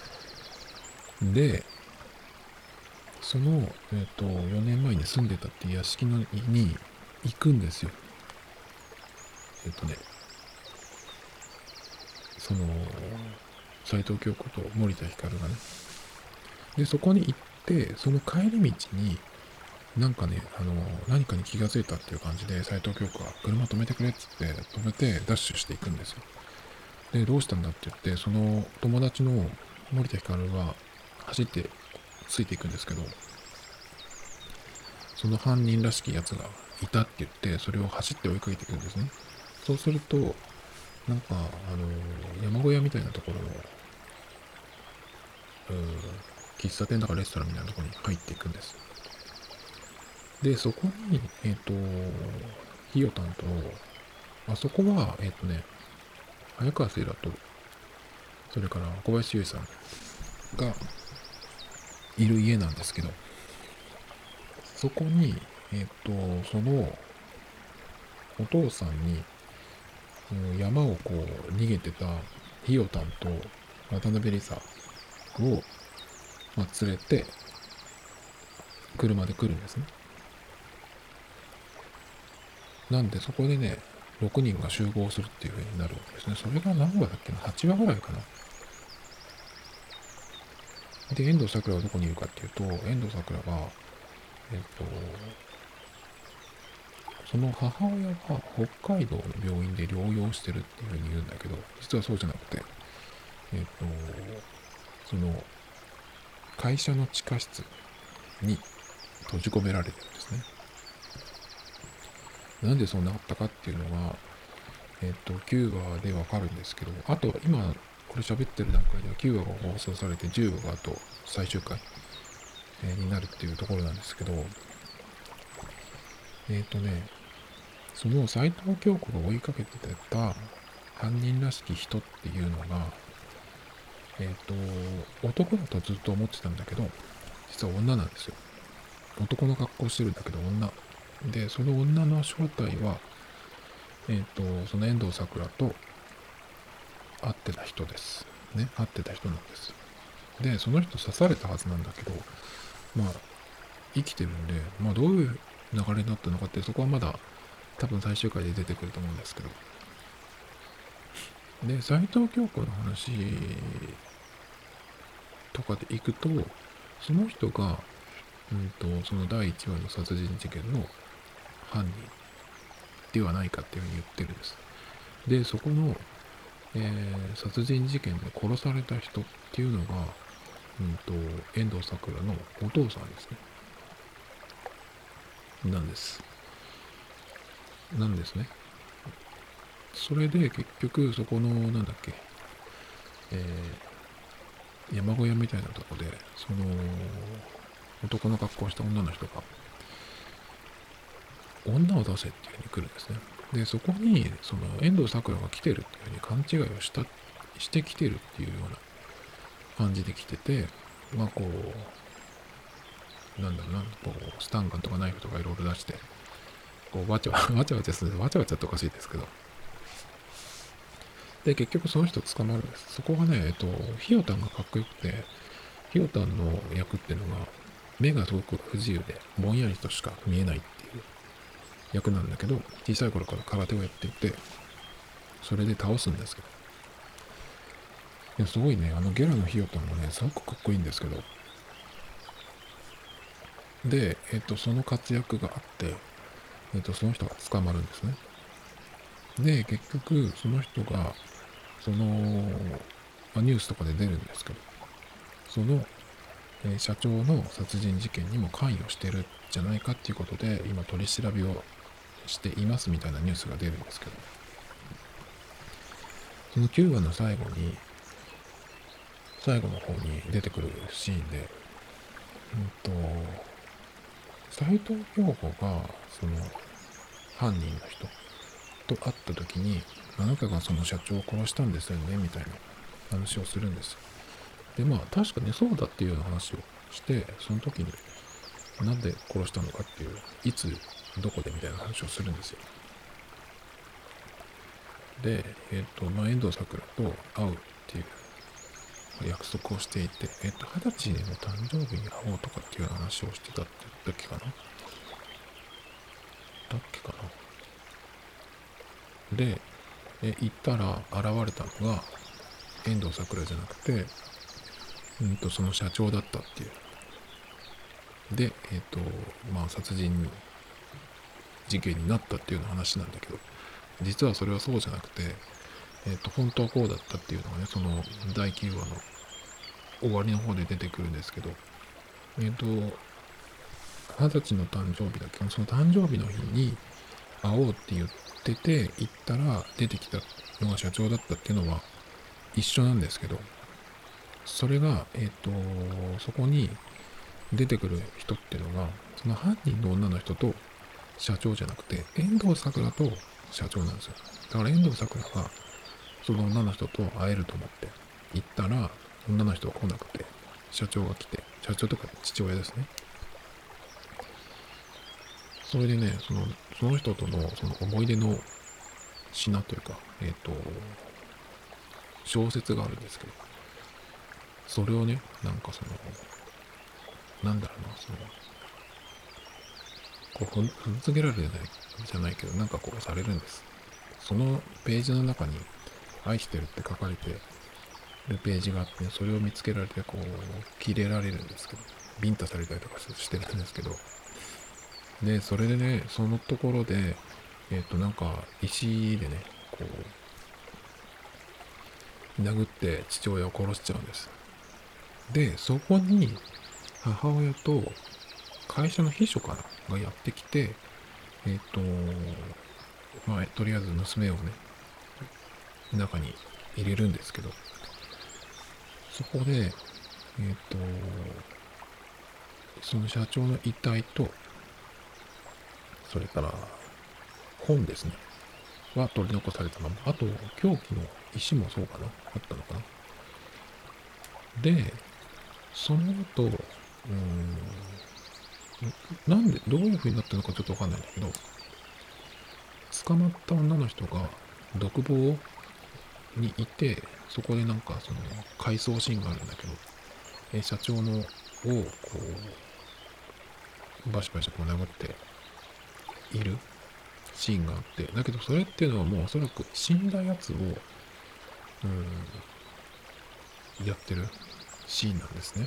で、その、えっと、よねんまえに住んでたっていう屋敷のに行くんですよ。えっとね、その、斉藤京子と森田ひかるがね。で、そこに行って、その帰り道に、なんかね、あの、何かに気がついたっていう感じで、斉藤京子が車止めてくれっつって止めてダッシュしていくんですよ。で、どうしたんだって言って、その友達の森田ひかるが走ってついていくんですけど、その犯人らしきやつがいたって言って、それを走って追いかけていくんですね。そうすると、なんか、あの、山小屋みたいなところの、喫茶店だかレストランみたいなところに入っていくんです。で、そこに、えっ、と、ひよたんと、あそこは、えっ、とね、早川せいらと、それから小林優衣さんがいる家なんですけど、そこに、えっ、と、その、お父さんに、山をこう、逃げてたひよたんと渡辺梨沙を、まあ、連れて、車で来るんですね。なんで、そこでね、ろくにんが集合するっていう風になるわけですね。それが何話だっけな ?はち 話ぐらいかな。で、遠藤さくらはどこにいるかっていうと、遠藤さくらが、えっと、その母親が北海道の病院で療養してるっていうふうに言うんだけど、実はそうじゃなくて、えっと、その会社の地下室に閉じ込められてるんですね。なんでそうなったかっていうのが、えっと、きゅうわでわかるんですけど、あと今、これ喋ってる段階ではきゅうわが放送されてじゅうわがあと最終回になるっていうところなんですけど、えっとね、その斉藤京子が追いかけてた犯人らしき人っていうのが、えっ、と、男だとずっと思ってたんだけど、実は女なんですよ。男の格好してるんだけど女。で、その女の正体は、えっ、と、その遠藤さくらと会ってた人です。ね、会ってた人なんです。で、その人刺されたはずなんだけど、まあ、生きてるんで、まあ、どういう流れになったのかって、そこはまだ多分最終回で出てくると思うんですけど。で、斉藤京子の話とかで行くと、その人が、うんと、そのだいいちわの殺人事件の犯人ではないかっていうふうに言ってるんです。で、そこの、えー、殺人事件で殺された人っていうのが、うんと、遠藤さくらのお父さんですね。なんです。なんですね。それで結局、そこの、なんだっけ、えー、山小屋みたいなとこで、その、男の格好をした女の人が、女を出せっていうふうに来るんですね。で、そこに、その、遠藤さくらが来てるっていうふうに勘違いをした、してきてるっていうような感じで来てて、まあこう、なんだろうな、こう、スタンガンとかナイフとかいろいろ出して、こう、わちゃわちゃわちゃする、わちゃわちゃっておかしいですけど、で、結局その人捕まるんです。そこがね、えっと、ひよたんがかっこよくて、ひよたんの役っていうのが、目がすごく不自由で、ぼんやりとしか見えないっていう役なんだけど、小さい頃から空手をやっていて、それで倒すんですけど、いや、すごいね、あのゲラのひよたんもね、すごくかっこいいんですけど、で、えっと、その活躍があって、えっと、その人が捕まるんですね。で、結局、その人が、その、まあ、ニュースとかで出るんですけど、その、えー社長の殺人事件にも関与してるんじゃないかっていうことで、今取り調べをしていますみたいなニュースが出るんですけど、そのきゅうわの最後に、 最後の方に出てくるシーンで、うんと、斎藤京子が、その、犯人の人と会った時に、あなたがその社長を殺したんですよね、みたいな話をするんですよ。で、まあ、確かにそうだっていうような話をして、その時に、なんで殺したのかっていう、いつ、どこでみたいな話をするんですよ。で、えっ、と、まあ、遠藤さくらと会うっていう約束をしていて、えっ、と、二十歳の誕生日に会おうとかっていうような話をしてたって言ったっけかなだっけかなで、え、行ったら現れたのが、遠藤さくらじゃなくて、うんと、その社長だったっていう。で、えっ、と、まあ、殺人事件になったっていうような話なんだけど、実はそれはそうじゃなくて、えっ、と、本当はこうだったっていうのがね、そのだいきゅうわの終わりの方で出てくるんですけど、えっ、と、二十歳の誕生日だけど、その誕生日の日に会おうって言ってて、行ったら出てきたのが社長だったっていうのは一緒なんですけど、それが、えっ、と、そこに出てくる人っていうのが、その犯人の女の人と社長じゃなくて、遠藤さくらと社長なんですよ。だから遠藤さくらが、その女の人と会えると思って行ったら、女の人は来なくて、社長が来て、社長とか父親ですね。それでね、その、その人とのその思い出の品というか、えっ、と、小説があるんですけど、それをね、なんかその、なんだろうな、その、こう、踏んづけられるじゃない、じゃないけど、なんかこうされるんです。そのページの中に、愛してるって書かれてるページがあって、ね、それを見つけられて、こう、切れられるんですけど、ビンタされたりとかしてるんですけど、で、それでね、そのところで、えっ、と、なんか、石でね、こう、殴って父親を殺しちゃうんです。で、そこに、母親と会社の秘書かながやってきて、えっ、と、まあ、とりあえず娘をね、中に入れるんですけど、そこで、えっ、と、その社長の遺体と、それから本ですね、は取り残されたまま、あと、凶器の石もそうかなあったのかなで、その後、うーん、なんで、どういう風になったのかちょっとわかんないんだけど、捕まった女の人が独房にいて、そこでなんかその回想シーンがあるんだけど、え社長のをこう、バシバシこう殴っているシーンがあって、だけどそれっていうのはもうおそらく死んだやつを、うん、やってるシーンなんですね。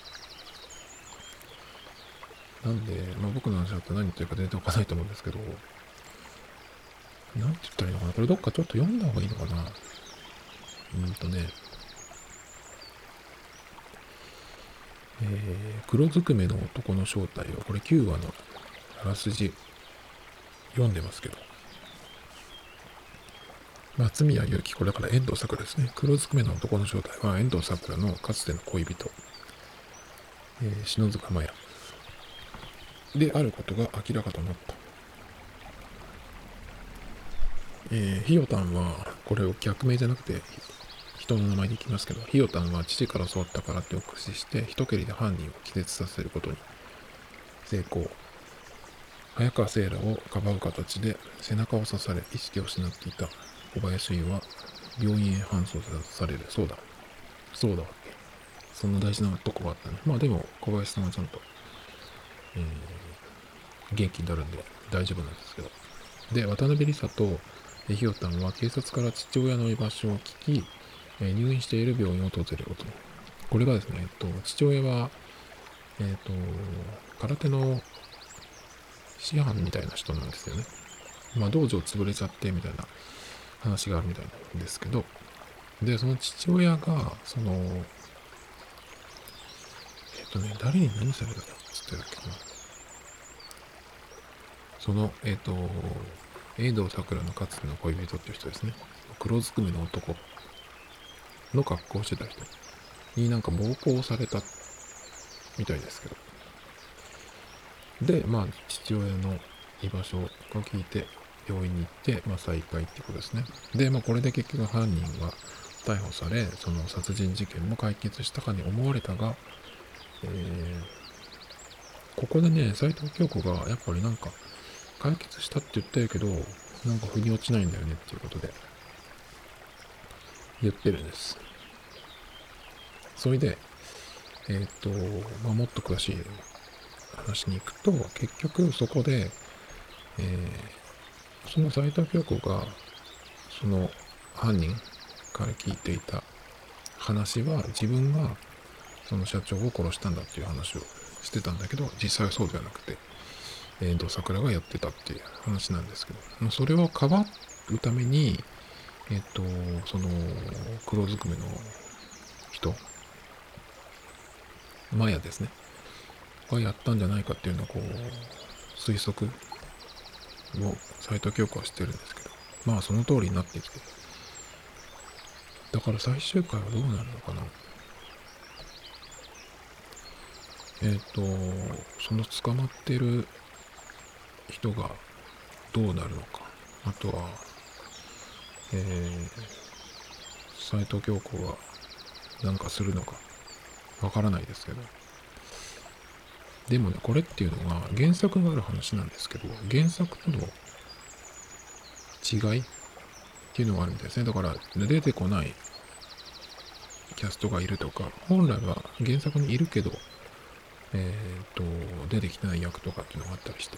なんで、まあ、僕の話だと何言ってるか全然わかんないと思うんですけど、なんて言ったらいいのかなこれどっかちょっと読んだ方がいいのかなうんとね、えー、黒ずくめの男の正体を、これきゅうわのあらすじ読んでますけど、松宮由紀子だから遠藤さくらですね。黒ずくめの男の正体は遠藤さくらのかつての恋人、えー、篠塚麻也であることが明らかとなった。えー、ひよたんは、これを逆名じゃなくて、人の名前でいきますけど、ひよたんは父から教わった空手を駆使して、一蹴りで犯人を気絶させることに成功。早川聖羅をかばう形で背中を刺され意識を失っていた小林優は病院へ搬送される。そうだ。そうだわけ。そんな大事なとこがあったね。まあでも小林さんはちゃんと、えー、元気になるんで大丈夫なんですけど。で、渡辺梨沙とひよたんは警察から父親の居場所を聞き、えー入院している病院を訪れることに。これがですね、えっと、父親は、えっと、空手の師範みたいな人なんですよね。まあ、道場潰れちゃってみたいな話があるみたいなんですけど、で、その父親が、その、えっとね、誰に何されたっつってたっけな。その、えっと、遠藤さくらのかつての恋人っていう人ですね。黒ずくめの男の格好をしてた人。 になんか暴行されたみたいですけど。で、まあ、父親の居場所を聞いて、病院に行って、まあ、再会っていうことですね。で、まあ、これで結局犯人は逮捕され、その殺人事件も解決したかに思われたが、えーここでね、斉藤京子がやっぱりなんか解決したって言ってるけど、なんか腑に落ちないんだよねっていうことで言ってるんです。それで、えっ、と、まあ、もっと詳しい話に行くと、結局そこで、えーその斉藤京子が、その犯人から聞いていた話は、自分がその社長を殺したんだっていう話をしてたんだけど、実際はそうではなくて、えーと、桜がやってたっていう話なんですけど、それをかばうために、えっ、と、その黒ずくめの人、マヤですね、がやったんじゃないかっていうのをこう推測を斉藤京子はしてるんですけど、まあその通りになってきて、だから最終回はどうなるのかな。えっ、とその捕まってる人がどうなるのか、あとは、えー、斉藤京子がなんかするのかわからないですけど、でもね、これっていうのが原作がある話なんですけど、原作との違いっていうのがあるんですね。だから出てこないキャストがいるとか、本来は原作にいるけど、えっ、と、出てきてない役とかっていうのがあったりして。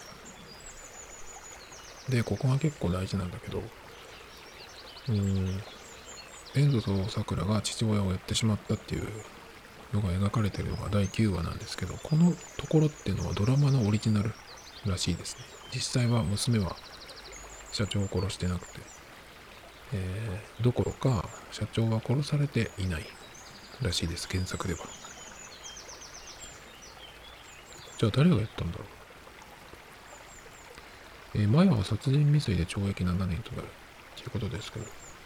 で、ここが結構大事なんだけど、うーん、遠藤と桜が父親をやってしまったっていうのが描かれているのがだいきゅうわなんですけど、このところっていうのはドラマのオリジナルらしいですね。実際は娘は社長を殺してなくて、えー、どころか社長は殺されていないらしいです、原作では。じゃあ誰がやったんだろう。えー、マヤは殺人未遂で懲役ななねんとなるということですけど、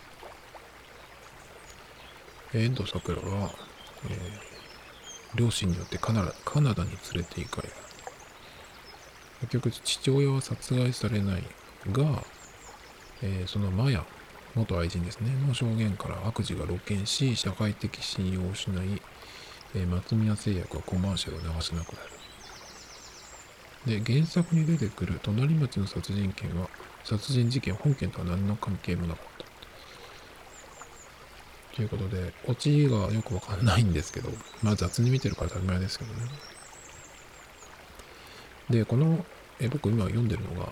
遠藤桜は、えー、両親によってカナダカナダに連れて行かれる。結局父親は殺害されないが、えー、そのマヤ元愛人ですねの証言から悪事が露見し、社会的信用を失い、えー、松宮製薬はコマーシャルを流せなくなる。で、原作に出てくる隣町の殺人件は殺人事件本件とは何の関係もなかったということで、オチがよくわかんないんですけど、まあ雑に見てるから当たり前ですけどね。で、この、え僕今読んでるのが、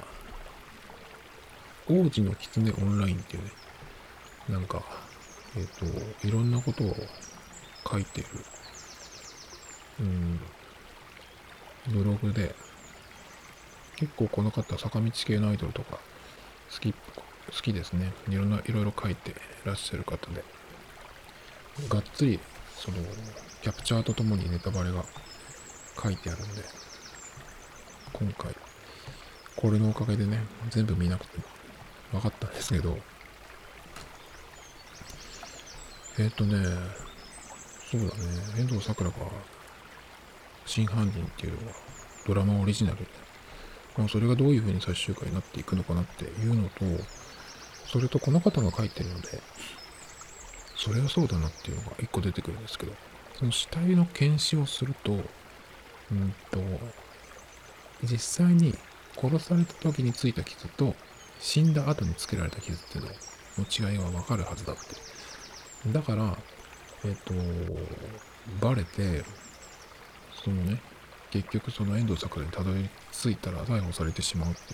王子の狐オンラインっていうね、なんか、えっ、と、いろんなことを書いてる、うん、ブログで、結構この方、坂道系のアイドルとか、好き、好きですね。いろんな、いろいろ書いてらっしゃる方で、がっつり、その、キャプチャーとともにネタバレが書いてあるんで、今回、これのおかげでね、全部見なくても分かったんですけど、えっ、ー、とね、そうだね、遠藤さくらが真犯人っていうのはドラマオリジナルで、まあ、それがどういう風に最終回になっていくのかなっていうのと、それとこの方が書いてるので、それはそうだなっていうのが一個出てくるんですけど、その死体の検視をすると、うんと、実際に殺された時についた傷と死んだ後につけられた傷っていうのの違いがわかるはずだって。だから、えっ、と、バレて、そのね、結局その遠藤さくらにたどり着いたら逮捕されてしまうっていう。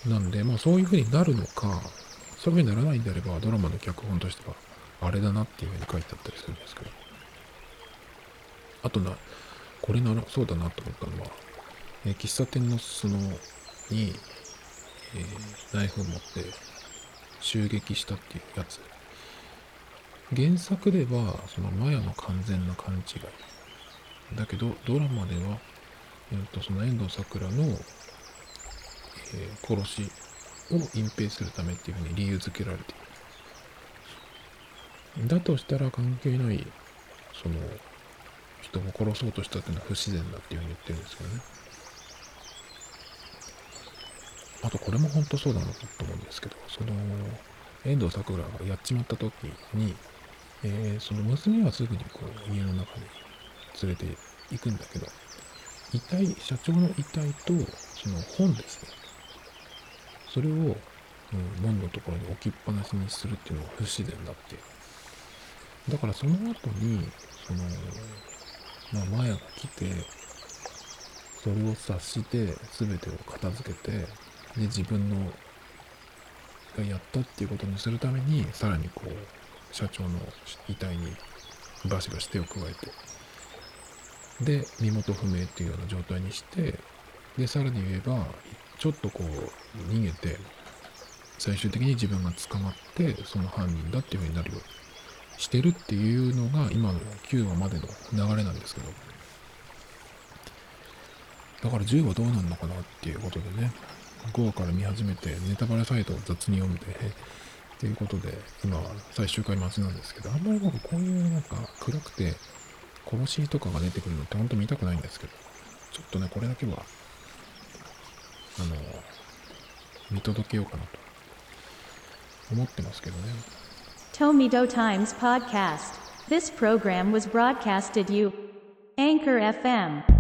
なんで、まあそういう風になるのか、そういう風にならないんであれば、ドラマの脚本としては、あれだなっていう風に書いてあったりするんですけど。あとな、これならそうだなと思ったのは、えー喫茶店のその、に、えーナイフを持って襲撃したっていうやつ。原作では、そのマヤの完全な勘違い。だけど、ドラマでは、えーと、その遠藤さくらの、えー殺しを隠蔽するためっていうふうに理由付けられている。だとしたら関係ないその人を殺そうとしたっていうのは不自然だっていうふうに言ってるんですけどね。あとこれも本当そうだなと思うんですけど、その遠藤さくらがやっちまった時に、えーその娘はすぐにこう家の中に連れて行くんだけど、遺体、社長の遺体とその本ですね、それを、うん、門のところに置きっぱなしにするっていうのが不自然だって。だからその後にそのまあマヤが来て、それを察して全てを片付けて、で自分のがやったっていうことにするために、さらにこう社長の遺体にバシバシ手を加えて、で身元不明っていうような状態にして、でさらに言えばちょっとこう逃げて、最終的に自分が捕まってその犯人だっていう風になるようにしてるっていうのが今のきゅうわまでの流れなんですけど、だからじゅうわどうなるのかなっていうことでね、ごわから見始めてネタバレサイトを雑に読んでっていうことで今は最終回待ちなんですけど、あんまり僕こういうなんか暗くて殺しとかが出てくるのってほんと見たくないんですけど、ちょっとねこれだけはあの見届けようかなと思ってますけどね。 Tomido Times Podcast. This program was broadcasted you Anchor エフエム